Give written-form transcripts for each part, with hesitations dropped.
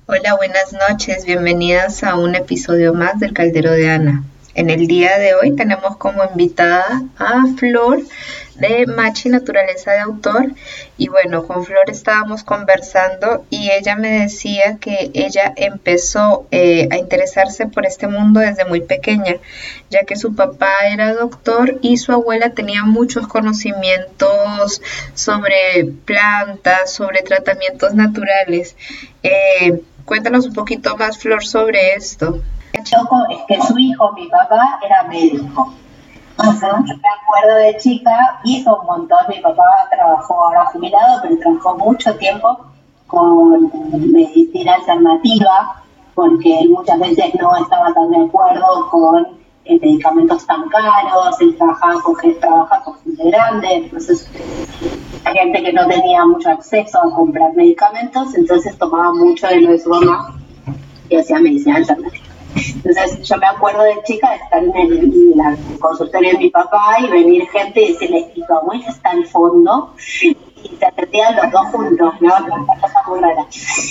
Hola, buenas noches, bienvenidas a un episodio más del Caldero de Ana. En el día de hoy tenemos como invitada a Flor de Machi Naturaleza de Autor y bueno, con Flor estábamos conversando y ella me decía que ella empezó a interesarse por este mundo desde muy pequeña, ya que su papá era doctor y su abuela tenía muchos conocimientos sobre plantas, sobre tratamientos naturales. Cuéntanos un poquito más, Flor, sobre esto. Loco es que su hijo, mi papá, era médico. Entonces, yo me acuerdo de chica, hizo un montón. Mi papá trabajó ahora jubilado, pero trabajó mucho tiempo con medicina alternativa, porque él muchas veces no estaba tan de acuerdo con medicamentos tan caros. Él trabaja con gente grande, entonces hay gente que no tenía mucho acceso a comprar medicamentos, entonces tomaba mucho de lo de su mamá y hacía medicina alternativa. Entonces yo me acuerdo de chica de estar en la consultoría de mi papá y venir gente y decirle, y tu abuela está al fondo, y se atendían los dos juntos, ¿no? Una cosa muy rara.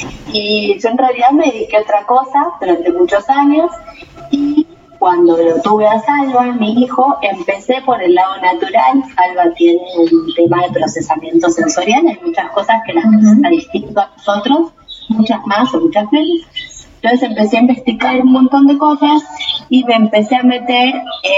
Y yo en realidad me dediqué a otra cosa durante muchos años y cuando lo tuve a Salva, mi hijo, empecé por el lado natural. Salva tiene un tema de procesamiento sensorial, hay muchas cosas que las procesa distinto a nosotros, muchas más o muchas menos. Entonces empecé a investigar un montón de cosas y me empecé a meter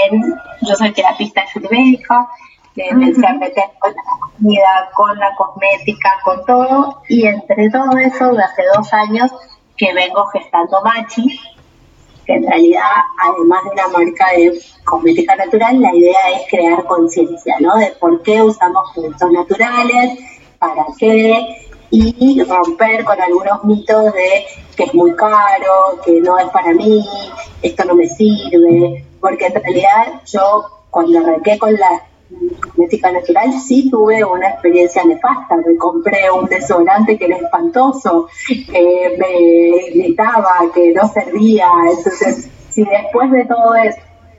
yo soy terapista ayurvédica, me empecé a meter con la comida, con la cosmética, con todo, y entre todo eso, de hace 2 años que vengo gestando Machi, que en realidad, además de una marca de cosmética natural, la idea es crear conciencia, ¿no? De por qué usamos productos naturales, para qué, y romper con algunos mitos de que es muy caro, que no es para mí, esto no me sirve, porque en realidad yo cuando arranqué con la cosmética natural sí tuve una experiencia nefasta. Me compré un desodorante que era espantoso, que me irritaba, que no servía. Entonces, si después de todo eso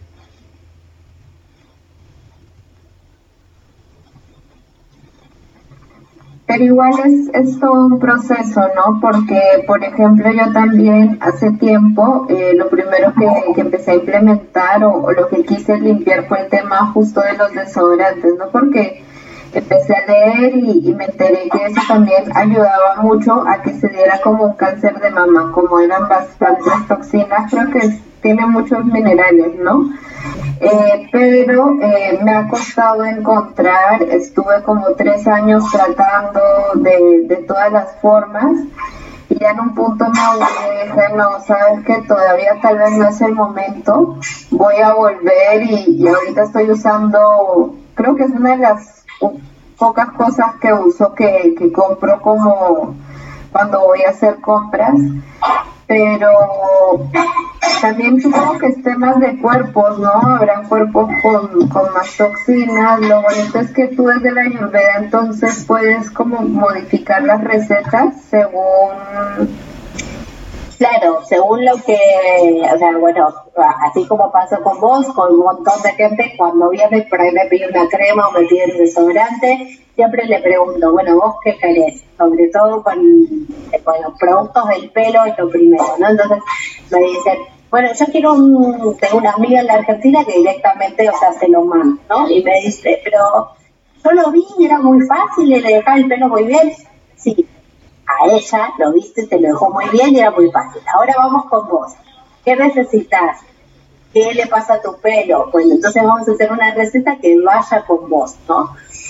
Pero igual es todo un proceso, ¿no? Porque, por ejemplo, yo también hace tiempo, lo primero que empecé a implementar o lo que quise limpiar fue el tema justo de los desodorantes, ¿no? Porque empecé a leer y me enteré que eso también ayudaba mucho a que se diera como un cáncer de mama, como eran bastantes toxinas, creo que tiene muchos minerales, ¿no? Pero me ha costado encontrar, estuve como 3 años tratando de todas las formas y ya en un punto me dije, no, sabes que todavía tal vez no es el momento, voy a volver y ahorita estoy usando, creo que es una de las pocas cosas que uso que compro como cuando voy a hacer compras, pero también supongo que es temas de cuerpos, ¿no? Habrá cuerpos con más toxinas. Lo bonito es que tú desde la Ayurveda entonces puedes como modificar las recetas según... claro, según lo que, o sea, bueno, así como pasó con vos, con un montón de gente, cuando viene por ahí me pide una crema o me pide un desodorante, siempre le pregunto, bueno, ¿vos qué querés? Sobre todo con los productos del pelo es lo primero, ¿no? Entonces me dicen, bueno, yo tengo una amiga en la Argentina que directamente, o sea, se lo manda, ¿no? Y me dice, pero yo lo vi y era muy fácil y le dejaba el pelo muy bien. Sí, a ella, lo viste, te lo dejó muy bien y era muy fácil. Ahora vamos con vos. ¿Qué necesitas? ¿Qué le pasa a tu pelo? Bueno, entonces vamos a hacer una receta que vaya con vos, ¿no?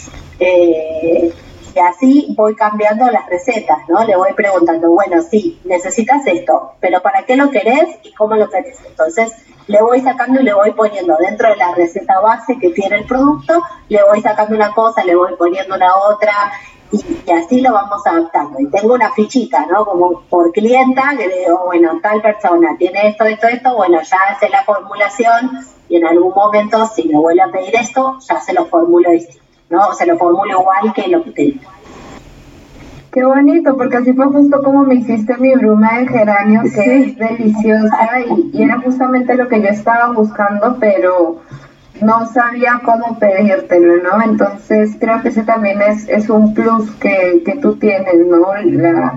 Y así voy cambiando las recetas, ¿no? Le voy preguntando, bueno, sí, necesitas esto, pero ¿para qué lo querés y cómo lo querés? Entonces le voy sacando y le voy poniendo dentro de la receta base que tiene el producto, le voy sacando una cosa, le voy poniendo una otra, y así lo vamos adaptando. Y tengo una fichita, ¿no? Como por clienta, que le digo, bueno, tal persona tiene esto, esto, esto, bueno, ya hace la formulación y en algún momento, si me vuelve a pedir esto, ya se lo formulo distinto, ¿no? O se lo formulo igual que lo que tenía. Qué bonito, porque así fue justo como me hiciste mi bruma de geranio, que Sí. es deliciosa y era justamente lo que yo estaba buscando, pero no sabía cómo pedírtelo, ¿no? Entonces creo que ese también es un plus que tú tienes, ¿no?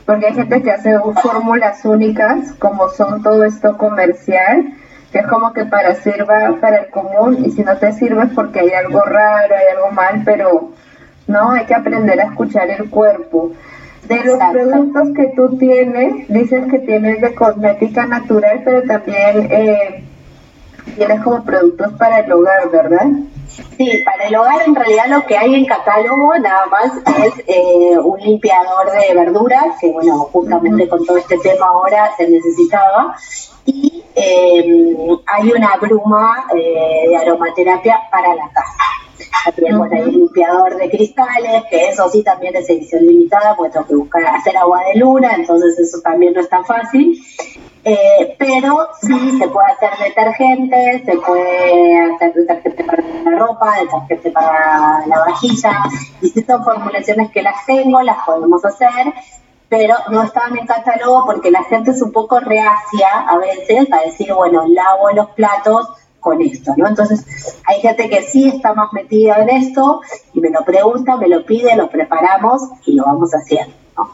porque hay gente que hace fórmulas únicas, como son todo esto comercial, que es como que sirva para el común, y si no te sirve es porque hay algo raro, hay algo mal, pero no, hay que aprender a escuchar el cuerpo. De los productos que tú tienes, dices que tienes de cosmética natural, pero también tienes como productos para el hogar, ¿verdad? Sí, para el hogar en realidad lo que hay en catálogo nada más es un limpiador de verduras, que bueno, justamente con todo este tema ahora se necesitaba, y hay una bruma de aromaterapia para la casa. También bueno, hay un limpiador de cristales, que eso sí también es edición limitada, pues tengo que buscar hacer agua de luna, entonces eso también no es tan fácil. Pero sí se puede hacer detergente, se puede hacer detergente para la ropa, detergente para la vajilla, y si son formulaciones que las tengo, las podemos hacer, pero no estaban en catálogo porque la gente es un poco reacia a veces a decir, bueno, lavo los platos con esto, ¿no? Entonces hay gente que sí está más metida en esto y me lo pregunta, me lo pide, lo preparamos y lo vamos haciendo, ¿no?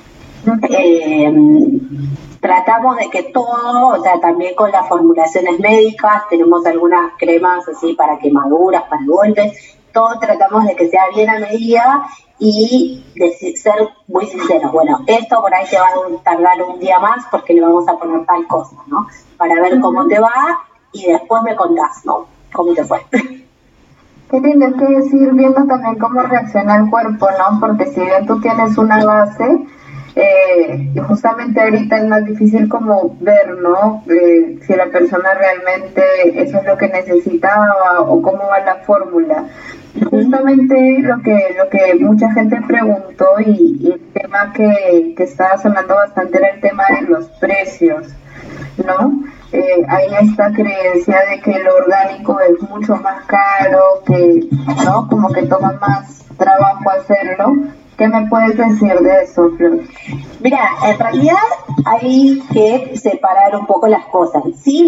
Tratamos de que todo, o sea, también con las formulaciones médicas, tenemos algunas cremas así para quemaduras, para golpes, todo tratamos de que sea bien a medida y de ser muy sinceros. Bueno, esto por ahí te va a tardar un día más porque le vamos a poner tal cosa, ¿no? Para ver cómo te va y después me contás, ¿no? ¿Cómo te fue? Qué lindo, es que es ir viendo también cómo reacciona el cuerpo, ¿no? Porque si bien tú tienes una base, y justamente ahorita es más difícil como ver, ¿no? Si la persona realmente eso es lo que necesitaba o cómo va la fórmula. Justamente lo que mucha gente preguntó y el tema que estaba sonando bastante era el tema de los precios, ¿no? Hay esta creencia de que lo orgánico es mucho más caro, que, ¿no? Como que toma más trabajo hacerlo. ¿Qué me puedes decir de eso, Flor? Mira, en realidad hay que separar un poco las cosas. Sí,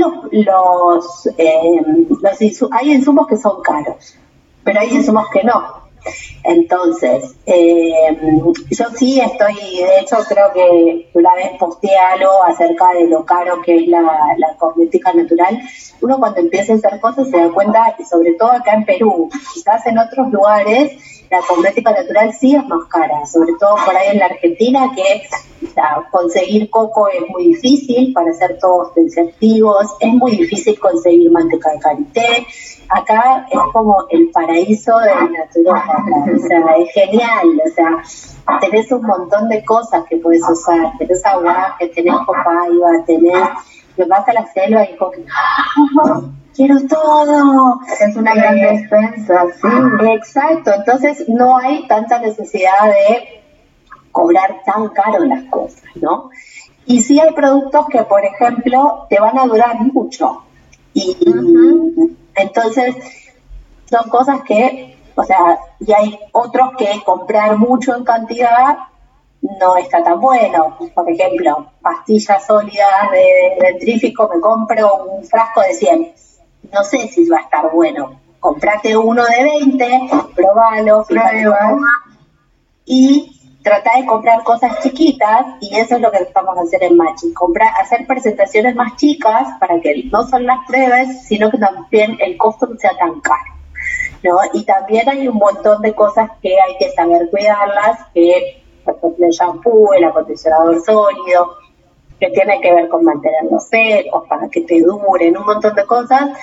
hay insumos que son caros, pero hay insumos que no. Entonces, yo sí estoy, de hecho creo que una vez posteé algo acerca de lo caro que es la cosmética natural. Uno cuando empieza a hacer cosas se da cuenta, y sobre todo acá en Perú, quizás en otros lugares, la cosmética natural sí es más cara, sobre todo por ahí en la Argentina, que conseguir coco es muy difícil para hacer todos tensioactivos, es muy difícil conseguir manteca de karité. Acá es como el paraíso de la naturópata, o sea, es genial, o sea, tenés un montón de cosas que puedes usar, tenés aguaje, tenés copaiba, te vas a la selva y como que quiero todo. Es una gran despensa, sí. Exacto, entonces no hay tanta necesidad de cobrar tan caro las cosas, ¿no? Y sí hay productos que, por ejemplo, te van a durar mucho. Y entonces son cosas que, o sea, y hay otros que comprar mucho en cantidad no está tan bueno. Por ejemplo, pastillas sólidas de dentrífico, me compro un frasco de 100. No sé si va a estar bueno. Comprate uno de 20, probalo, pruebas y trata de comprar cosas chiquitas, y eso es lo que estamos a hacer en Machi, hacer presentaciones más chicas para que no solo las pruebes, sino que también el costo no sea tan caro, ¿no? Y también hay un montón de cosas que hay que saber cuidarlas, que por ejemplo el shampoo, el acondicionador sólido, que tiene que ver con mantenerlos secos para que te duren, un montón de cosas,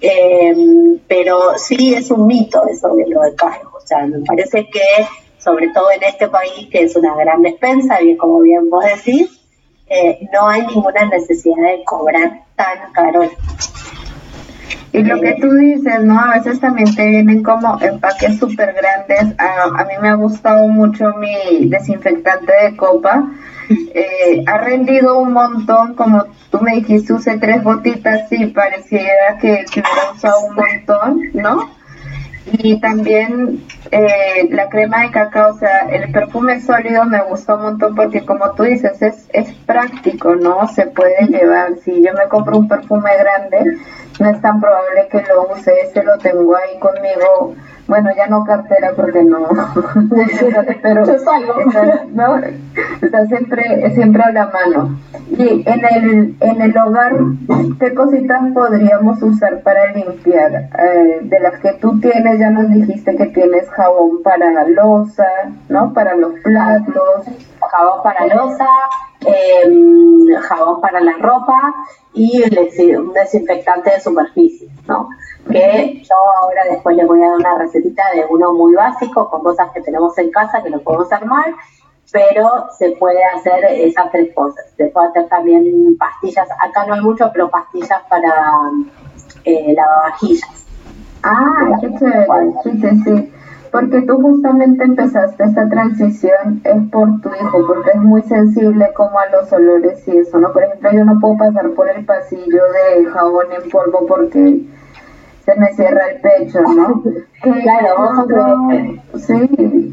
pero sí es un mito eso de lo de caro. O sea, me parece que sobre todo en este país, que es una gran despensa, y como bien vos decís, no hay ninguna necesidad de cobrar tan caro. Y lo que tú dices, ¿no? A veces también te vienen como empaques súper grandes. A mí me ha gustado mucho mi desinfectante de copa. Ha rendido un montón, como tú me dijiste, usé 3 gotitas y pareciera que hubiera usado un montón, ¿no? Y también la crema de cacao, o sea, el perfume sólido me gustó un montón porque como tú dices, es práctico, ¿no? Se puede llevar. Si yo me compro un perfume grande, no es tan probable que lo use, ese lo tengo ahí conmigo bueno, ya no cartera porque no, pero ¿no? Está siempre a la mano. Y en el hogar, ¿qué cositas podríamos usar para limpiar? De las que tú tienes, ya nos dijiste que tienes jabón para la loza, ¿no? Para los platos. Jabón para loza, jabón para la ropa y un desinfectante de superficie, ¿no? Que yo ahora después les voy a dar una recetita de uno muy básico con cosas que tenemos en casa que lo podemos armar, pero se puede hacer esas tres cosas. Se puede hacer también pastillas, acá no hay mucho, pero pastillas para lavavajillas. Qué chévere, sí. Porque tú justamente empezaste esta transición es por tu hijo, porque es muy sensible como a los olores y eso, ¿no? Por ejemplo, yo no puedo pasar por el pasillo de jabón en polvo porque se me cierra el pecho, ¿no? Claro, sí,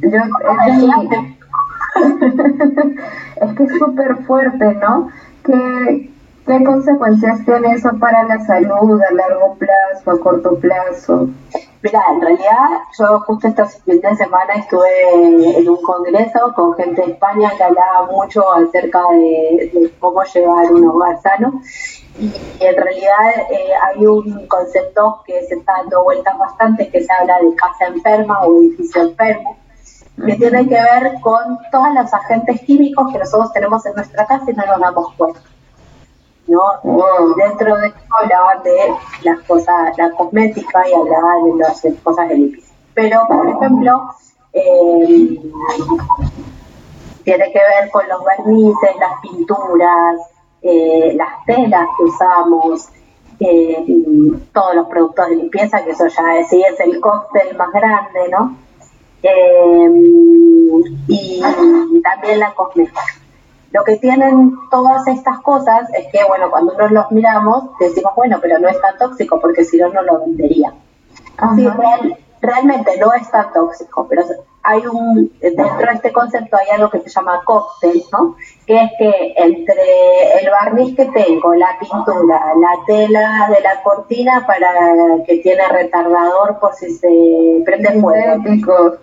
es que es súper fuerte, ¿no? ¿Qué consecuencias tiene eso para la salud a largo plazo, a corto plazo? Mira, en realidad yo justo este fin de semana estuve en un congreso con gente de España que hablaba mucho acerca de cómo llevar un hogar sano y en realidad hay un concepto que se está dando vueltas bastante que se habla de casa enferma o edificio enfermo, que tiene que ver con todos los agentes químicos que nosotros tenemos en nuestra casa y no nos damos cuenta, ¿no? Y dentro de esto hablaban de las cosas, la cosmética y hablaban de las cosas de limpieza. Pero, por ejemplo, tiene que ver con los vernices, las pinturas, las telas que usamos, todos los productos de limpieza, que eso ya sí es el cóctel más grande, ¿no? Y también la cosmética. Lo que tienen todas estas cosas es que, bueno, cuando uno los miramos, decimos, bueno, pero no es tan tóxico, porque si no, no lo vendería. Sí, realmente no es tan tóxico, pero dentro de este concepto hay algo que se llama cóctel, ¿no? Que es que entre el barniz que tengo, la pintura, la tela de la cortina que tiene retardador por si se prende fuego.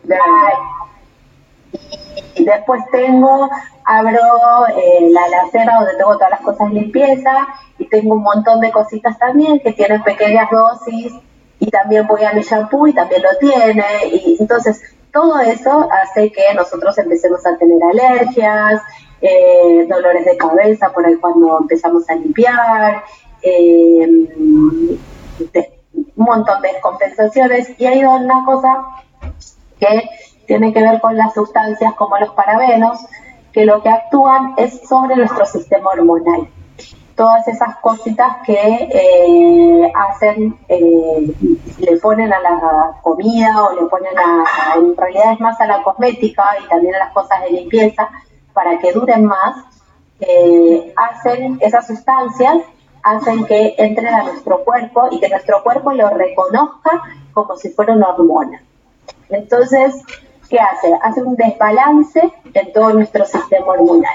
Y después abro la alacena donde tengo todas las cosas de limpieza y tengo un montón de cositas también que tienen pequeñas dosis y también voy a mi shampoo y también lo tiene y entonces todo eso hace que nosotros empecemos a tener alergias, dolores de cabeza por ahí cuando empezamos a limpiar, un montón de descompensaciones y hay una cosa que tiene que ver con las sustancias como los parabenos, que lo que actúan es sobre nuestro sistema hormonal. Todas esas cositas que le ponen a la comida o le ponen en realidad es más a la cosmética y también a las cosas de limpieza, para que duren más, esas sustancias hacen que entren a nuestro cuerpo y que nuestro cuerpo lo reconozca como si fuera una hormona. Entonces, ¿qué hace? Hace un desbalance en todo nuestro sistema hormonal.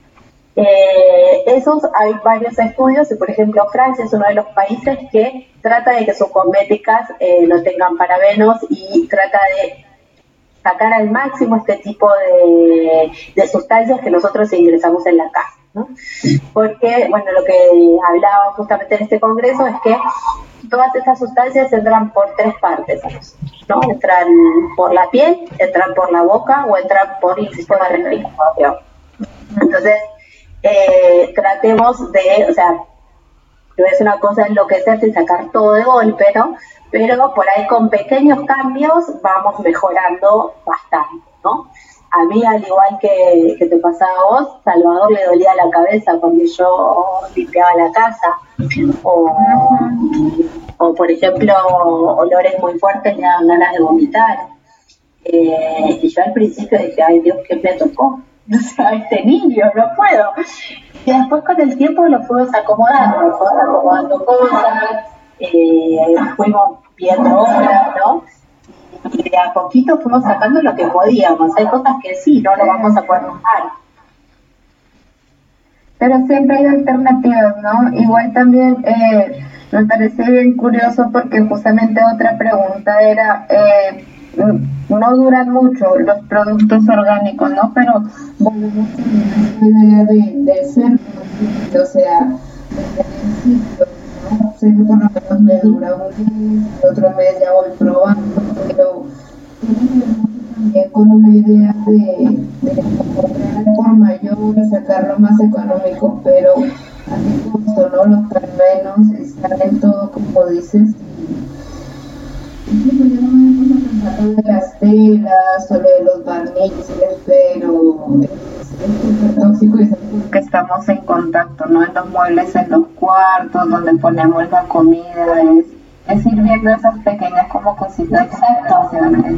Hay varios estudios y, por ejemplo, Francia es uno de los países que trata de que sus cosméticas no tengan parabenos y trata de sacar al máximo este tipo de sustancias que nosotros ingresamos en la casa, ¿no? Porque, bueno, lo que hablaba justamente en este congreso es que todas estas sustancias entran por tres partes, ¿no? Entran por la piel, entran por la boca o entran por el sistema respiratorio. Entonces, tratemos no es una cosa enloquecerse y sacar todo de golpe, ¿no? Pero por ahí con pequeños cambios vamos mejorando bastante, ¿no? A mí, al igual que te pasaba a vos, Salvador le dolía la cabeza cuando yo limpiaba la casa, o por ejemplo, olores muy fuertes le daban ganas de vomitar. Y yo al principio dije, ay Dios, ¿qué me tocó? O sea, este niño, no puedo. Y después con el tiempo lo fuimos acomodando cosas, fuimos viendo obras, ¿no? Y de a poquito fuimos sacando lo que podíamos. Hay cosas que sí, no lo vamos a poder usar. Pero siempre hay alternativas, ¿no? Igual también me parece bien curioso porque justamente otra pregunta era, no duran mucho los productos orgánicos, ¿no? Pero volvemos también a la idea de ser, o sea, de tener ciclos, ¿no? Sé que por lo menos me dura un mes, el otro mes ya voy probando, pero tiene que ver mucho también con una idea de comprar por mayor y sacarlo más económico, pero a qué costo, ¿no? Los menos están en todo, como dices. Sí, pues yo no me puse a pensar lo de las telas o lo de los barnices, pero es súper tóxico y es algo que estamos en contacto, ¿no? En los muebles, en los cuartos, donde ponemos la comida, es ir viendo esas pequeñas como cositas. Exacto.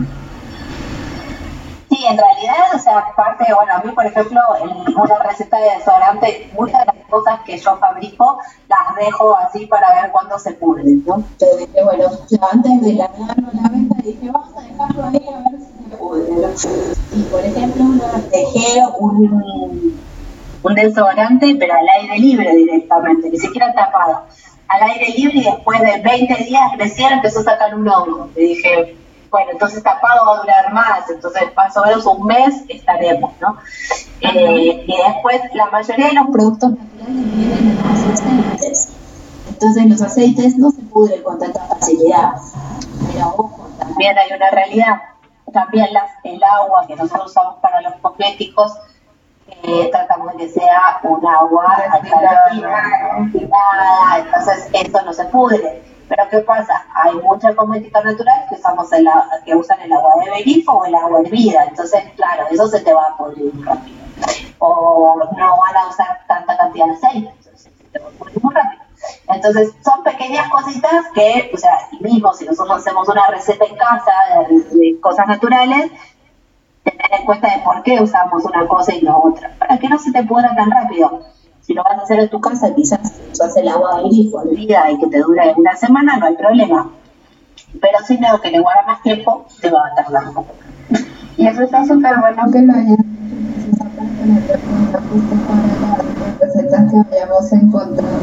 Sí, en realidad, o sea, aparte, bueno, a mí, por ejemplo, en una receta de desodorante, muchas de las cosas que yo fabrico las dejo así para ver cuándo se pudren, ¿no? Entonces dije, bueno, yo antes de lanzarlo a la venta dije, vamos a dejarlo ahí a ver si se pudre, ¿no? Y, por ejemplo, dejé un desodorante, pero al aire libre directamente, ni siquiera tapado. Al aire libre y después de 20 días recién empezó a sacar un hongo. Y dije, bueno, entonces tapado va a durar más, entonces más o menos un mes estaremos, ¿no? Y después la mayoría de los productos naturales vienen en los aceites. Entonces los aceites no se pudren con tanta facilidad. Pero ojo, también hay una realidad. También el agua que nosotros usamos para los cosméticos, tratamos de que sea un agua alcalina, entonces esto no se pudre. Pero ¿qué pasa? Hay mucha cosmética natural que que usan el agua de grifo o el agua hervida, entonces claro, eso se te va a pudrir rápido. O no van a usar tanta cantidad de aceite, entonces se te va a pudrir muy rápido. Entonces son pequeñas cositas que, o sea, mismo si nosotros hacemos una receta en casa de cosas naturales, tener en cuenta de por qué usamos una cosa y no otra, para que no se te pudra tan rápido. Si lo vas a hacer en tu casa, quizás usas el agua del grifo, olvida y que te dure una semana, no hay problema. Pero si no, que le guarda más tiempo, te va a tardar un poco. Y eso está súper bueno que lo hayas justo para las recetas que vayamos encontrando.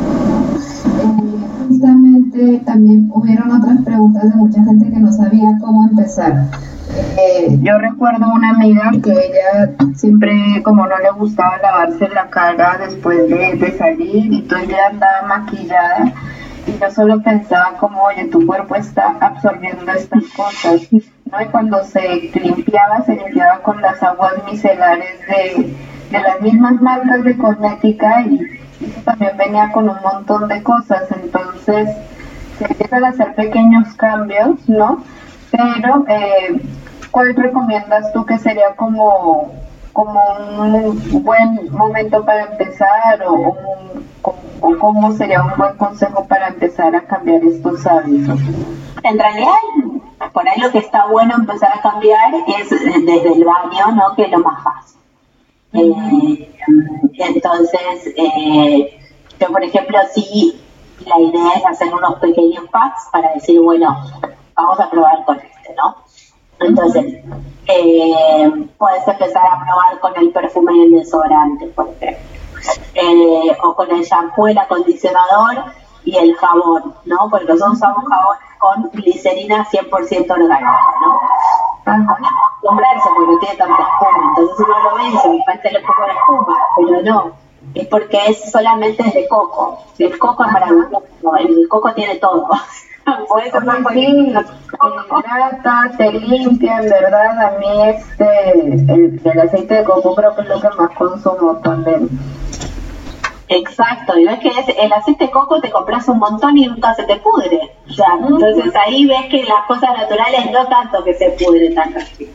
Justamente también hubieron otras preguntas de mucha gente que no sabía cómo empezar. Yo recuerdo una amiga que ella siempre, como no le gustaba lavarse la cara después de salir y todo el día andaba maquillada, y yo solo pensaba como, oye, tu cuerpo está absorbiendo estas cosas, ¿no? Y cuando se limpiaba con las aguas micelares de las mismas marcas de cosmética, y eso también venía con un montón de cosas. Entonces se empiezan a hacer pequeños cambios, ¿no? Pero ¿cuál recomiendas tú que sería como un buen momento para empezar, o cómo sería un buen consejo para empezar a cambiar estos hábitos? En realidad, por ahí lo que está bueno empezar a cambiar es desde el baño, ¿no? Que es lo más fácil. Entonces, yo por ejemplo, sí, la idea es hacer unos pequeños packs para decir, bueno, vamos a probar con ¿no? Entonces, puedes empezar a probar con el perfume y el desodorante, por ejemplo, o con el shampoo, el acondicionador y el jabón, ¿no? Porque nosotros usamos jabón con glicerina 100% orgánica, ¿no? Acostumbrarse porque no tiene tanta espuma, entonces uno lo ve y dice, me falta un poco de espuma, pero no, es porque es solamente de coco. El coco es maravilloso, el coco tiene todo. Puede ser más bonito. Te hidrata, te limpia, en verdad. A mí el aceite de coco creo que es lo que más consumo también. Exacto, y ves que el aceite de coco te compras un montón y nunca se te pudre. O sea, entonces ahí ves que las cosas naturales no tanto que se pudren tan rápido.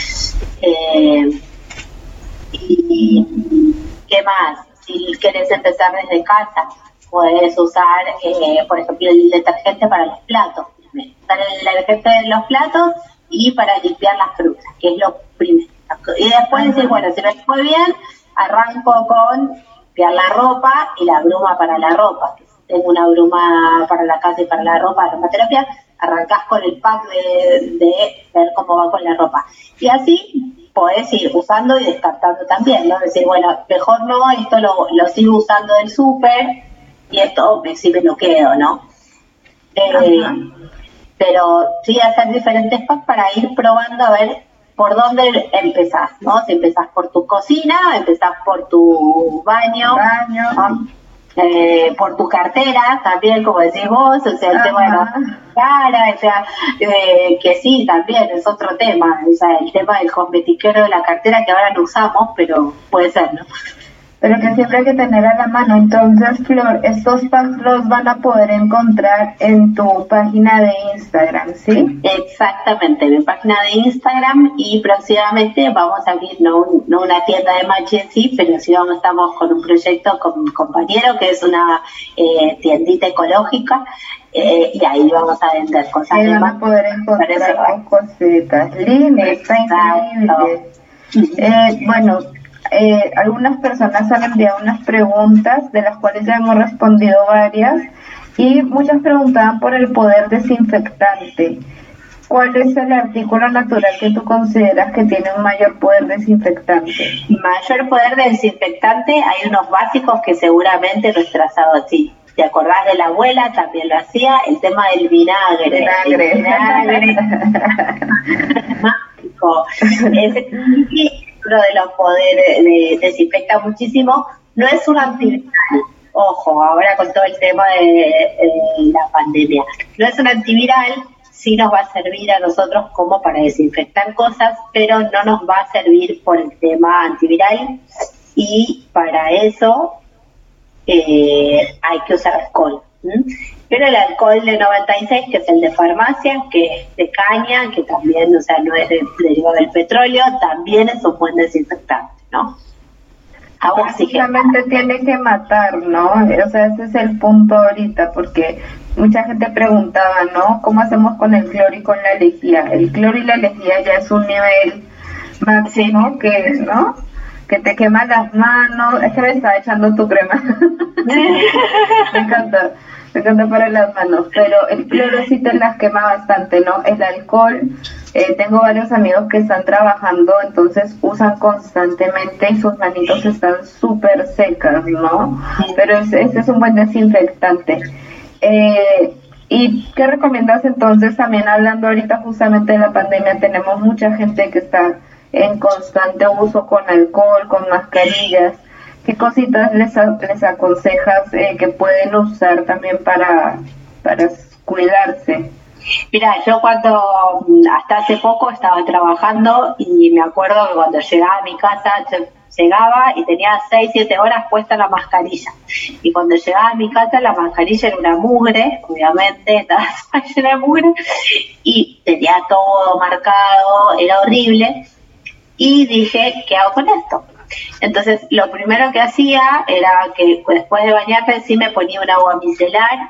Y ¿qué más? Si quieres empezar desde casa, puedes usar, por ejemplo, el detergente para los platos. Usar el detergente de los platos y para limpiar las frutas, que es lo primero. Y después decir, bueno, si me fue bien, arranco con limpiar la ropa y la bruma para la ropa. Tengo una bruma para la casa y para la ropa, aromaterapia, arrancás con el pack de ver cómo va con la ropa. Y así podés ir usando y descartando también, ¿no? Decir, bueno, mejor no, esto lo sigo usando del súper y esto sí me lo quedo, ¿no? pero sí hacer diferentes packs para ir probando a ver por dónde empezás, ¿no? Si empezás por tu cocina, empezás por tu baño. ¿No? Por tu cartera también, como decís vos, o sea, el tema de la cara, o sea, que sí, también es otro tema, o sea, el tema del cosmetiquero de la cartera que ahora no usamos, pero puede ser, ¿no? Pero que siempre hay que tener a la mano. Entonces, Flor, estos packs los van a poder encontrar en tu página de Instagram, ¿sí? Exactamente, mi página de Instagram, y próximamente vamos a abrir no una tienda de Machi en sí, pero sí estamos con un proyecto con mi compañero que es una tiendita ecológica, y ahí vamos a vender cosas. Y van a poder encontrar cositas lindas, está increíble. Bueno, algunas personas han enviado unas preguntas de las cuales ya hemos respondido varias, y muchas preguntaban por el poder desinfectante. ¿Cuál es el artículo natural que tú consideras que tiene un mayor poder desinfectante? Mayor poder desinfectante, hay unos básicos que seguramente nuestras sí. ¿Te acordás de la abuela? También lo hacía, el tema del vinagre. El vinagre. Mágico. Ese uno de los poderes desinfecta muchísimo. No es un antiviral, ojo, ahora con todo el tema de la pandemia. No es un antiviral, sí nos va a servir a nosotros como para desinfectar cosas, pero no nos va a servir por el tema antiviral, y para eso hay que usar alcohol. Pero el alcohol de 96, que es el de farmacia, que es de caña, que también, o sea, no es derivado del petróleo, también es un buen desinfectante, ¿no? Básicamente tiene que matar, ¿no? O sea, ese es el punto ahorita, porque mucha gente preguntaba, ¿no? ¿Cómo hacemos con el cloro y con la lejía? El cloro y la lejía ya es un nivel máximo que, ¿no? Que te quema las manos. Es que me estaba echando tu crema. Me encanta para las manos, pero el cloro sí te las quema bastante, ¿no? El alcohol, tengo varios amigos que están trabajando, entonces usan constantemente y sus manitos están súper secas, ¿no? Pero ese es un buen desinfectante. ¿Y qué recomiendas entonces? También hablando ahorita justamente de la pandemia, tenemos mucha gente que está en constante uso con alcohol, con mascarillas. ¿Qué cositas les aconsejas que pueden usar también para cuidarse? Mira, yo hasta hace poco estaba trabajando, y me acuerdo que cuando llegaba a mi casa, llegaba y tenía 6-7 horas puesta la mascarilla. Y cuando llegaba a mi casa, la mascarilla era una mugre, obviamente, estaba llena de mugre, y tenía todo marcado, era horrible. Y dije, ¿qué hago con esto? Entonces, lo primero que hacía era que después de bañarme sí me ponía un agua micelar,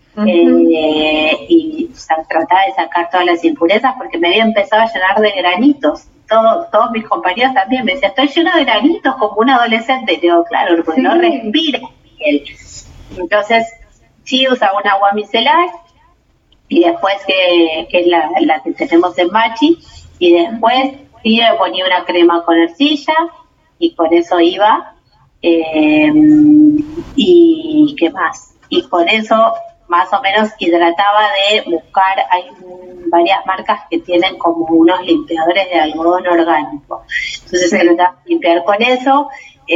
y trataba de sacar todas las impurezas, porque me había empezado a llenar de granitos. Todos mis compañeros también me decían, estoy lleno de granitos como un adolescente. Y digo, claro, porque no respira bien. Entonces, sí usaba un agua micelar, y después que es la que tenemos en Machi, y después sí me ponía una crema con arcilla, y con eso iba, y qué más, y con eso más o menos hidrataba de buscar. Hay varias marcas que tienen como unos limpiadores de algodón orgánico, entonces se trataba de limpiar con eso,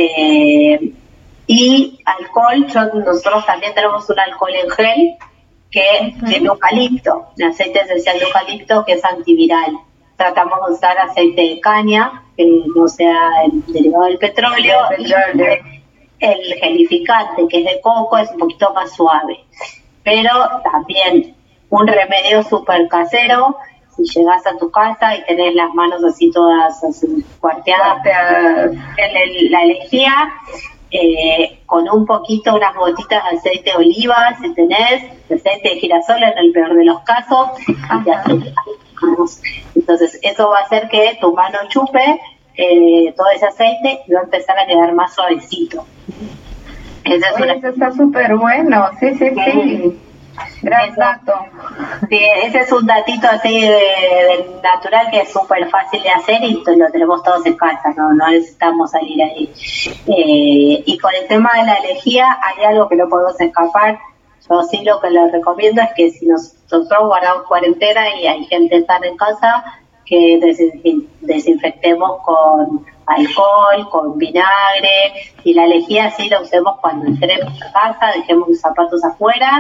y alcohol. Nosotros también tenemos un alcohol en gel que es de eucalipto, un aceite esencial de eucalipto que es antiviral. Tratamos de usar aceite de caña, que no sea el derivado del petróleo, y el gelificante, que es de coco, es un poquito más suave. Pero también un remedio súper casero, si llegas a tu casa y tenés las manos así todas así, cuarteadas, la lejía, con un poquito, unas gotitas de aceite de oliva, si tenés, aceite de girasol en el peor de los casos, y te hace. Entonces eso va a hacer que tu mano chupe todo ese aceite y va a empezar a quedar más suavecito. Eso está súper bueno, sí. Gran dato. Sí, ese es un datito así de natural que es súper fácil de hacer, y lo tenemos todos en casa, no necesitamos salir ahí. Y con el tema de la lejía hay algo que no podemos escapar, Yo sí lo que les recomiendo es que si nosotros guardamos cuarentena y hay gente sana en casa, que desinfectemos con alcohol, con vinagre, y la lejía sí la usemos cuando entremos a casa, dejemos los zapatos afuera,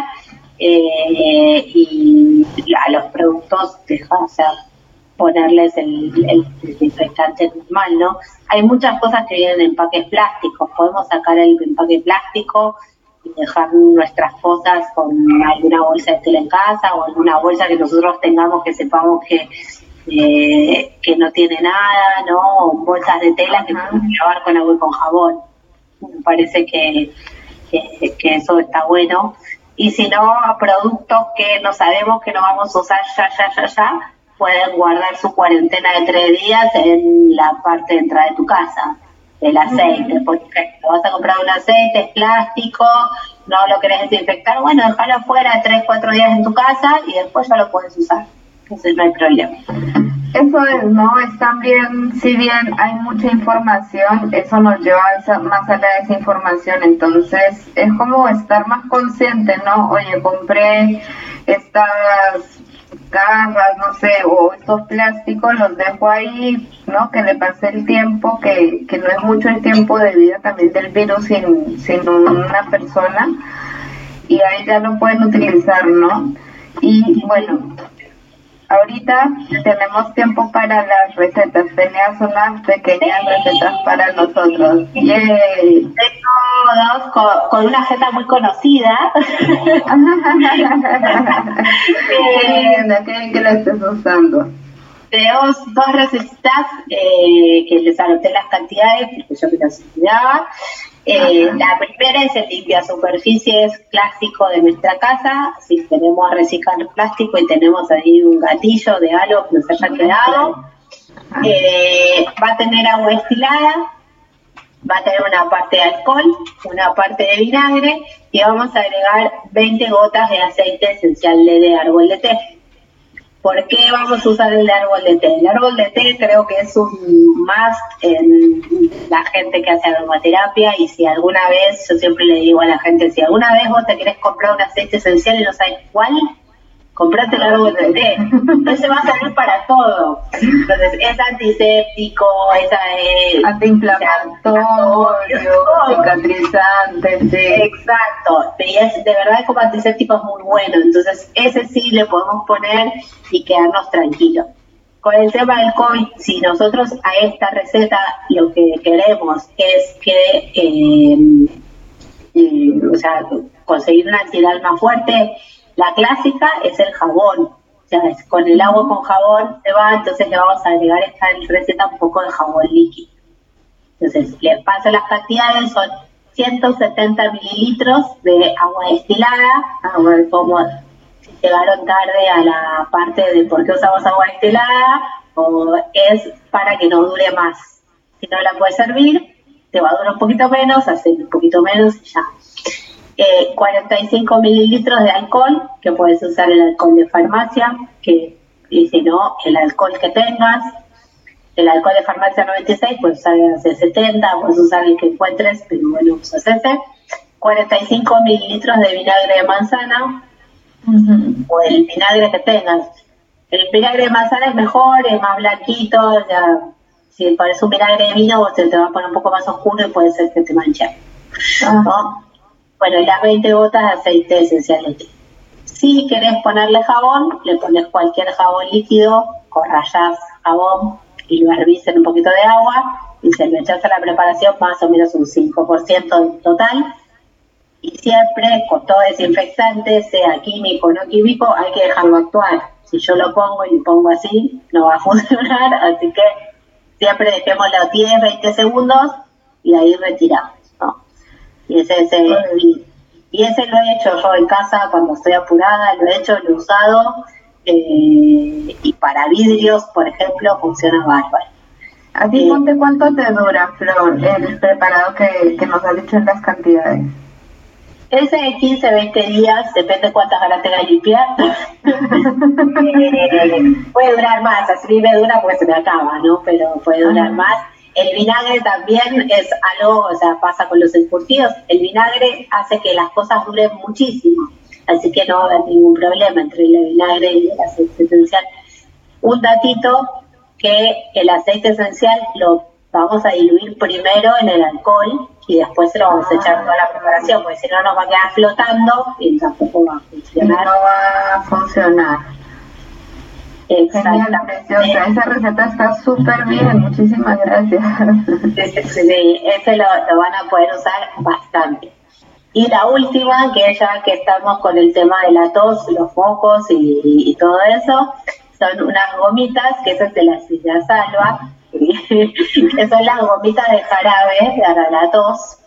y a los productos ponerles el desinfectante normal, ¿no? Hay muchas cosas que vienen en empaques plásticos, podemos sacar el empaque plástico y dejar nuestras cosas con alguna bolsa de tela en casa o alguna bolsa que nosotros tengamos que sepamos que no tiene nada, ¿no? O bolsas de tela que podemos lavar con agua y con jabón. Me parece que eso está bueno. Y si no, a productos que no sabemos que no vamos a usar ya, pueden guardar su cuarentena de 3 días en la parte de entrada de tu casa. El aceite, por ejemplo, vas a comprar un aceite, es plástico, no lo querés desinfectar, bueno, déjalo afuera 3-4 días en tu casa y después ya lo puedes usar. Entonces no hay problema. Eso es, ¿no? Es también, si bien hay mucha información, eso nos lleva más allá de esa información, entonces es como estar más consciente, ¿no? Oye, compré estas garras, no sé, o estos plásticos, los dejo ahí, ¿no? Que le pase el tiempo, que no es mucho el tiempo de vida también del virus sin una persona, y ahí ya lo pueden utilizar, ¿no? Y bueno, ahorita tenemos tiempo para las recetas. Tenías unas pequeñas recetas para nosotros. ¡Yay! Tengo dos con una receta muy conocida. Qué linda, qué bien que la estés usando. Tenemos 2 recetas que les anoté las cantidades porque yo me las olvidaba. La primera es el limpia superficies clásico de nuestra casa. Si tenemos reciclar plástico y tenemos ahí un gatillo de algo que nos haya quedado, va a tener agua destilada, va a tener una parte de alcohol, una parte de vinagre y vamos a agregar 20 gotas de aceite esencial de árbol de té. ¿Por qué vamos a usar el árbol de té? El árbol de té creo que es un must en la gente que hace aromaterapia, y si alguna vez, yo siempre le digo a la gente, si alguna vez vos te querés comprar un aceite esencial y no sabes cuál, comprate el árbol de té. Ese va a servir para todo. Entonces, es antiséptico, es antiinflamatorio, cicatrizante, sí. Exacto. Y de verdad como antiséptico es muy bueno. Entonces, ese sí le podemos poner y quedarnos tranquilos. Con el tema del COVID, si nosotros a esta receta lo que queremos es que, conseguir una ansiedad más fuerte, la clásica es el jabón, o sea, con el agua con jabón se va, entonces le vamos a agregar a esta receta un poco de jabón líquido. Entonces, le paso las cantidades, son 170 mililitros de agua destilada, como si llegaron tarde a la parte de por qué usamos agua destilada, o es para que nos dure más. Si no la puedes servir, te va a durar un poquito menos, hacer un poquito menos y ya. 45 mililitros de alcohol, que puedes usar el alcohol de farmacia, y si no, el alcohol que tengas. El alcohol de farmacia 96, puedes usar el 70, puedes usar el que encuentres, pero bueno, usas ese. 45 mililitros de vinagre de manzana, o el vinagre que tengas. El vinagre de manzana es mejor, es más blanquito, ya, si pones un vinagre de vino, se te va a poner un poco más oscuro y puede ser que te manche. ¿No? Bueno, y las 20 gotas de aceite esencial de té. Si querés ponerle jabón, le pones cualquier jabón líquido, o rayás jabón y lo hervís en un poquito de agua y se lo echás a la preparación, más o menos un 5% en total. Y siempre, con todo desinfectante, sea químico o no químico, hay que dejarlo actuar. Si yo lo pongo y lo pongo así, no va a funcionar, así que siempre dejémoslo 10-20 segundos y ahí retiramos, ¿no? Y ese lo he hecho yo en casa cuando estoy apurada, lo he usado, y para vidrios, por ejemplo, funciona bárbaro. ¿A ti cuánto te dura, Flor, el preparado que nos has dicho en las cantidades? Ese de 15-20 días, depende cuántas ganas tenga de limpiar. Puede durar más, así me dura porque se me acaba, ¿no? Pero puede durar más. El vinagre también es algo, o sea, pasa con los encurtidos. El vinagre hace que las cosas duren muchísimo. así que no va a haber ningún problema entre el vinagre y el aceite esencial. Un datito, que el aceite esencial lo vamos a diluir primero en el alcohol y después se lo vamos a echar toda la preparación, porque si no nos va a quedar flotando y tampoco va a funcionar. Y no va a funcionar. Genial, preciosa. Esa receta está súper bien, muchísimas gracias. Sí, ese lo van a poder usar bastante. Y la última, que ya que estamos con el tema de la tos, los mocos y todo eso, son unas gomitas, que esas te las ya salva, que son las gomitas de jarabe para la tos.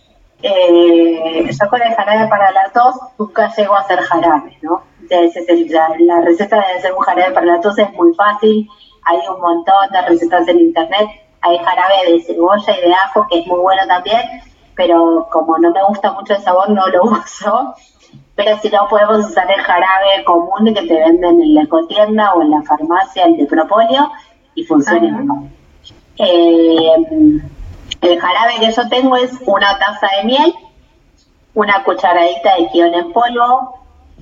Yo con el jarabe para la tos nunca llego a hacer jarabe, ¿no? La receta de hacer un jarabe para la tos es muy fácil, hay un montón de recetas en internet, hay jarabe de cebolla y de ajo que es muy bueno también, pero como no me gusta mucho el sabor no lo uso. Pero si no, podemos usar el jarabe común que te venden en la ecotienda o en la farmacia, el de propóleo, y funciona mejor. El jarabe que yo tengo es una taza de miel, una cucharadita de quión en polvo,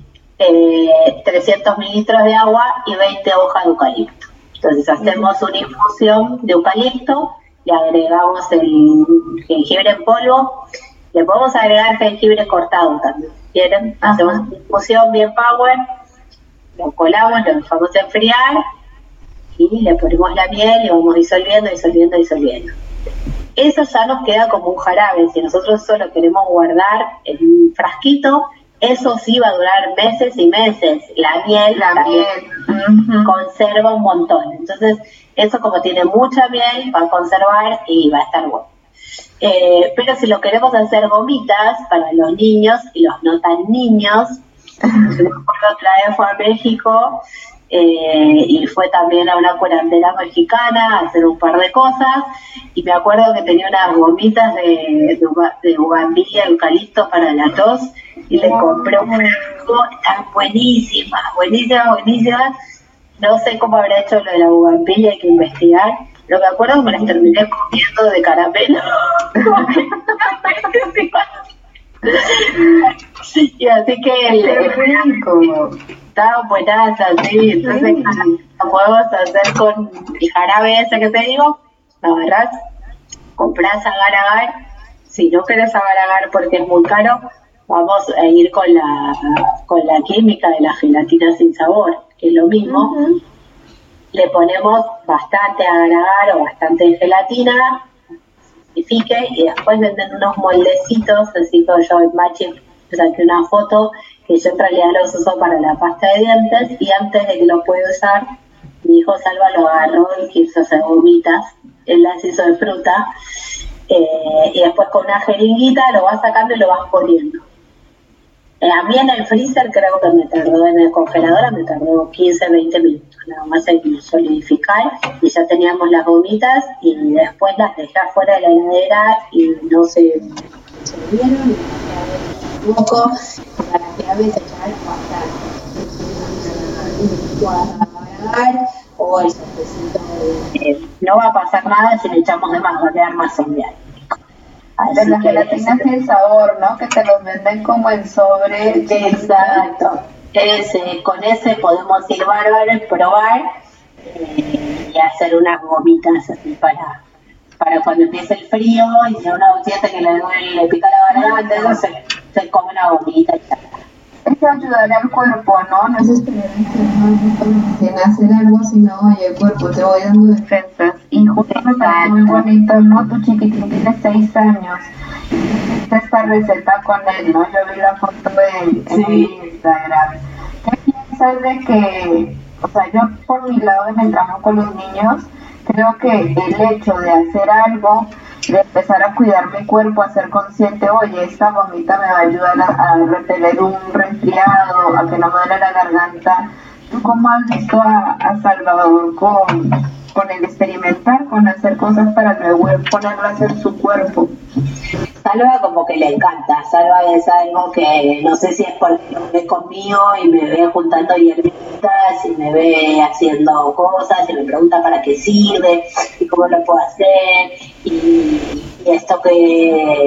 300 mililitros de agua y 20 hojas de eucalipto. Entonces hacemos una infusión de eucalipto, le agregamos el jengibre en polvo, le podemos agregar jengibre cortado también, ¿quieren? Hacemos una infusión bien power, lo colamos, lo dejamos enfriar y le ponemos la miel y vamos disolviendo. Eso ya nos queda como un jarabe. Si nosotros solo queremos guardar en un frasquito, eso sí va a durar meses y meses. La miel conserva un montón. Entonces, eso como tiene mucha miel, va a conservar y va a estar bueno. Pero si lo queremos hacer gomitas para los niños y los no tan niños, yo me acuerdo que la vez fue a México y fue también a una curandera mexicana a hacer un par de cosas, y me acuerdo que tenía unas gomitas de bugambilla, eucalipto para la tos, y le compré un frasco, estaban buenísimas. No sé cómo habrá hecho lo de la bugambilla, hay que investigar, pero me acuerdo que me las terminé comiendo de caramelo. Y así que rico. Estaban buenas así, entonces lo podemos hacer con el jarabe ese que te digo, lo agarrás, compras agar-agar, si no querés agar-agar porque es muy caro, vamos a ir con la química de la gelatina sin sabor, que es lo mismo. Le ponemos bastante agar-agar o bastante gelatina, y después venden unos moldecitos, así como yo en Machi saqué una foto, que yo en realidad los uso para la pasta de dientes, y antes de que lo pueda usar, mi hijo Salva lo agarró y quiso hacer gomitas, él las hizo de fruta, y después con una jeringuita lo vas sacando y lo vas poniendo. A mí en el freezer creo que me tardó, en el congelador me tardó 15-20 minutos, nada más en solidificar, y ya teníamos las gomitas, y después las dejé afuera de la heladera y no se vieron, y un poco, para que a veces echar bastante, o el sobrecito no va a pasar nada si le echamos de más, va a quedar más sombreado. De la gelatina sin sabor, ¿no? Que te los venden como en sobre. Exacto. Con ese podemos ir bárbaro y probar y hacer unas gomitas así para cuando empiece el frío, y si uno siente que le pica la garganta, entonces se come una gomita y ya. Es ayudar al cuerpo, ¿no? No es esperar que hacer algo, sino, oye, el cuerpo, te voy dando defensas. Y justo me parece muy bonito, ¿no? Tu chiquitín tiene 6 años. Hiciste esta receta con él, ¿no? Yo vi la foto en Instagram. ¿Qué piensas de que, o sea, yo por mi lado en el trabajo con los niños, creo que el hecho de hacer algo, de empezar a cuidar mi cuerpo, a ser consciente, oye, esta gomita me va a ayudar a repeler un resfriado, a que no me duele la garganta. ¿Tú cómo has visto a Salvador con el experimentar, con hacer cosas para luego ponerlo a hacer su cuerpo? Salva como que le encanta. Salva es algo que no sé si es porque lo ve conmigo y me ve juntando hierbitas y me ve haciendo cosas y me pregunta para qué sirve y cómo lo puedo hacer y esto que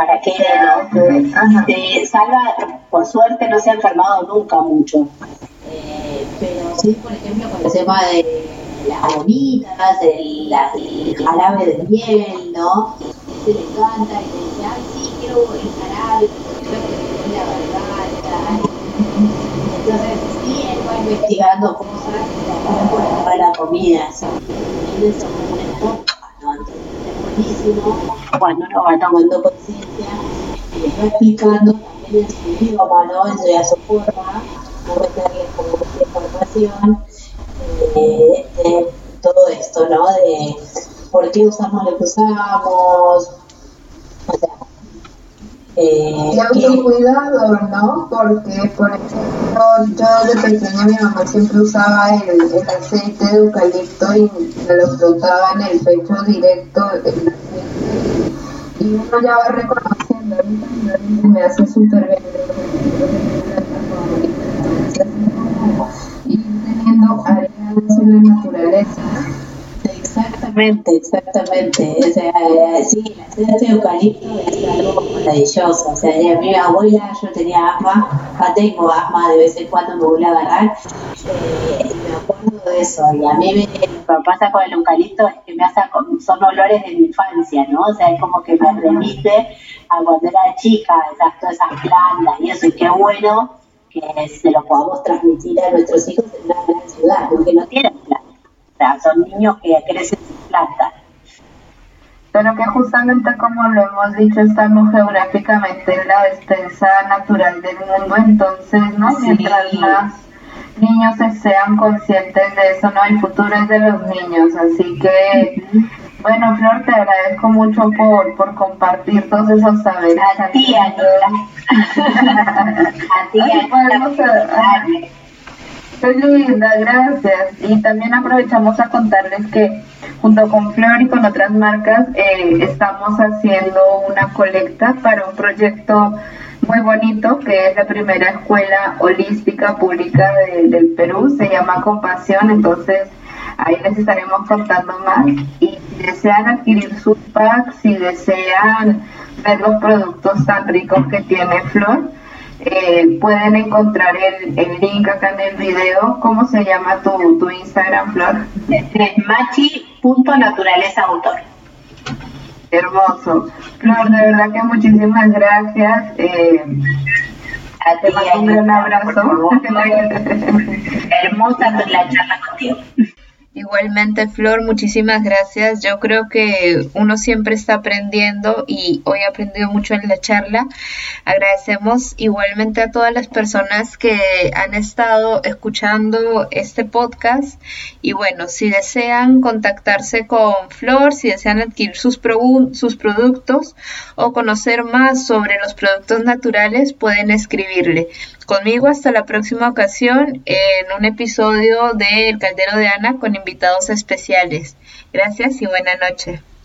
¿para qué, no? Salva, por suerte, no se ha enfermado nunca mucho. Pero sí, por ejemplo, con el tema de las gomitas, el jarabe de miel, ¿no? Se le encanta y le dice, ay, sí, quiero el jarabe, porque la garganta. Entonces, sí, él va investigando cosas para la comida. Y eso es una época, ¿no? Entonces, es buenísimo cuando uno va tomando conciencia y les va explicando también en su idioma, ¿no? En su forma, no meterles como mucha información de todo esto, ¿no? De por qué usamos lo que usamos, o sea, y autocuidado, ¿no? Porque, por ejemplo, yo de pequeña mi mamá siempre usaba el aceite de eucalipto y me lo frotaba en el pecho directo, y uno ya va reconociendo, me hace súper bien, y teniendo áreas en la naturaleza. Exactamente. O sea, sí, la esencia de eucalipto es algo maravilloso. O sea, a mi abuela, yo tenía asma, tengo asma, de vez en cuando me vuelve a agarrar, y me acuerdo de eso. Y a mí lo que pasa con el eucalipto es que son olores de mi infancia, ¿no? O sea, es como que me remite a cuando era chica, todas esas plantas y eso, y qué bueno que se lo podamos transmitir a nuestros hijos en una gran ciudad, porque no tienen plantas. O sea, son niños que crecen sin plantas. Pero que justamente como lo hemos dicho, estamos geográficamente en la despensa natural del mundo, entonces, ¿no? Sí. Mientras más niños sean conscientes de eso, ¿no? El futuro es de los niños, así que, bueno, Flor, te agradezco mucho por compartir todos esos saberes. A ti, Anita. Qué linda, gracias. Y también aprovechamos a contarles que junto con Flor y con otras marcas estamos haciendo una colecta para un proyecto muy bonito que es la primera escuela holística pública del Perú, se llama Compasión, entonces ahí les estaremos contando más. Y si desean adquirir sus packs, si desean ver los productos tan ricos que tiene Flor, pueden encontrar el link acá en el video. ¿Cómo se llama tu Instagram, Flor? Es machi.naturalezaautor. Hermoso. Flor, de verdad que muchísimas gracias. Te mando un gran abrazo. Hermosa la charla contigo. Igualmente, Flor, muchísimas gracias. Yo creo que uno siempre está aprendiendo y hoy he aprendido mucho en la charla. Agradecemos igualmente a todas las personas que han estado escuchando este podcast. Y bueno, si desean contactarse con Flor, si desean adquirir sus productos o conocer más sobre los productos naturales, pueden escribirle. Conmigo hasta la próxima ocasión en un episodio de El Caldero de Ana con invitados especiales. Gracias y buena noche.